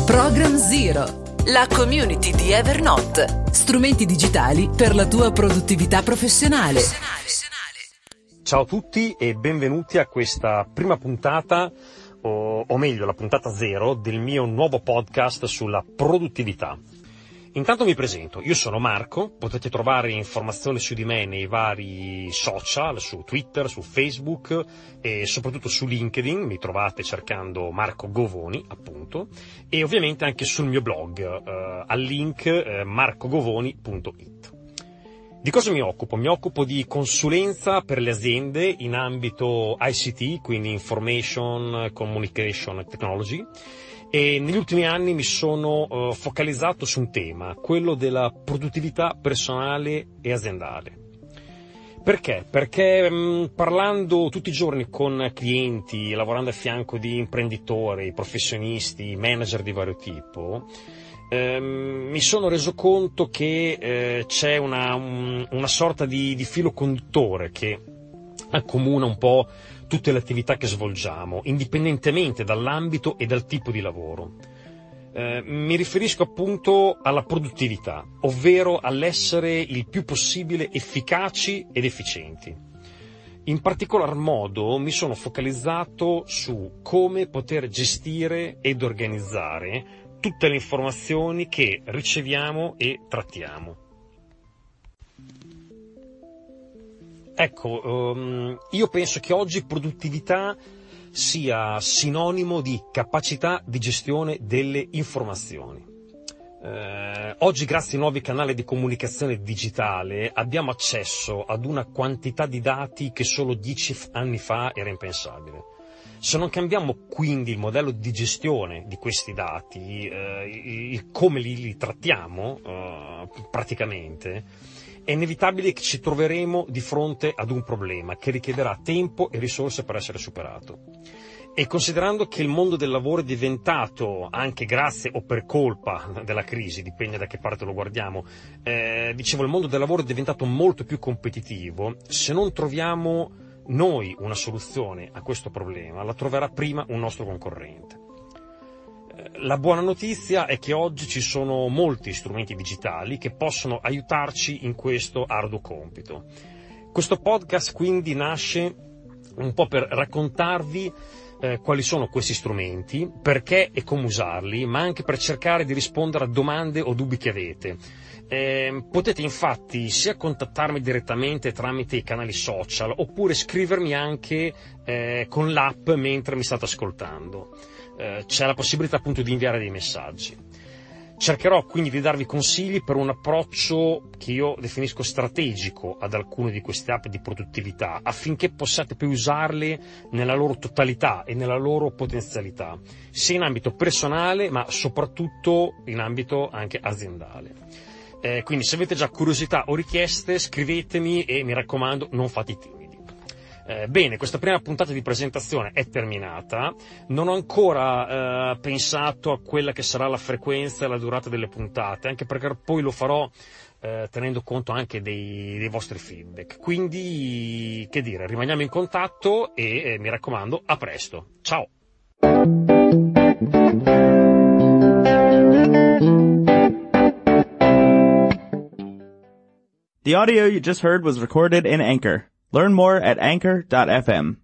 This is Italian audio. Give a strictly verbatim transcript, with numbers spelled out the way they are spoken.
Program Zero, la community di Evernote. Strumenti digitali per la tua produttività professionale. Ciao a tutti e benvenuti a questa prima puntata, o, o meglio la puntata zero del mio nuovo podcast sulla produttività. Intanto mi presento, io sono Marco, potete trovare informazioni su di me nei vari social, su Twitter, su Facebook e soprattutto su LinkedIn, mi trovate cercando Marco Govoni appunto, e ovviamente anche sul mio blog eh, al link eh, marcogovoni punto it. Di cosa mi occupo? Mi occupo di consulenza per le aziende in ambito I C T, quindi Information, Communication Technology, e negli ultimi anni mi sono uh, focalizzato su un tema, quello della produttività personale e aziendale. Perché? Perché mh, parlando tutti i giorni con clienti, lavorando a fianco di imprenditori, professionisti, manager di vario tipo, ehm, mi sono reso conto che eh, c'è una, un, una sorta di, di filo conduttore che accomuna un po' tutte le attività che svolgiamo, indipendentemente dall'ambito e dal tipo di lavoro. Eh, mi riferisco appunto alla produttività, ovvero all'essere il più possibile efficaci ed efficienti. In particolar modo mi sono focalizzato su come poter gestire ed organizzare tutte le informazioni che riceviamo e trattiamo. Ecco, um, io penso che oggi produttività sia sinonimo di capacità di gestione delle informazioni. Eh, oggi, grazie ai nuovi canali di comunicazione digitale, abbiamo accesso ad una quantità di dati che solo dieci anni fa era impensabile. Se non cambiamo quindi il modello di gestione di questi dati, eh, il, come li, li trattiamo eh, praticamente, è inevitabile che ci troveremo di fronte ad un problema che richiederà tempo e risorse per essere superato. E considerando che il mondo del lavoro è diventato, anche grazie o per colpa della crisi, dipende da che parte lo guardiamo, eh, dicevo il mondo del lavoro è diventato molto più competitivo, se non troviamo noi una soluzione a questo problema, la troverà prima un nostro concorrente. La buona notizia è che oggi ci sono molti strumenti digitali che possono aiutarci in questo arduo compito. Questo podcast quindi nasce un po' per raccontarvi eh, quali sono questi strumenti, perché e come usarli, ma anche per cercare di rispondere a domande o dubbi che avete. Eh, potete infatti sia contattarmi direttamente tramite i canali social oppure scrivermi anche eh, con l'app mentre mi state ascoltando. Eh, c'è la possibilità appunto di inviare dei messaggi. Cercherò quindi di darvi consigli per un approccio che io definisco strategico ad alcune di queste app di produttività, affinché possiate poi usarle nella loro totalità e nella loro potenzialità, sia in ambito personale ma soprattutto in ambito anche aziendale. Eh, quindi se avete già curiosità o richieste scrivetemi e mi raccomando non fate i timidi. Eh, bene, questa prima puntata di presentazione è terminata, non ho ancora eh, pensato a quella che sarà la frequenza e la durata delle puntate, anche perché poi lo farò eh, tenendo conto anche dei, dei vostri feedback. Quindi, che dire, rimaniamo in contatto e eh, mi raccomando, a presto. Ciao! The audio you just heard was recorded in Anchor. Learn more at anchor dot f m.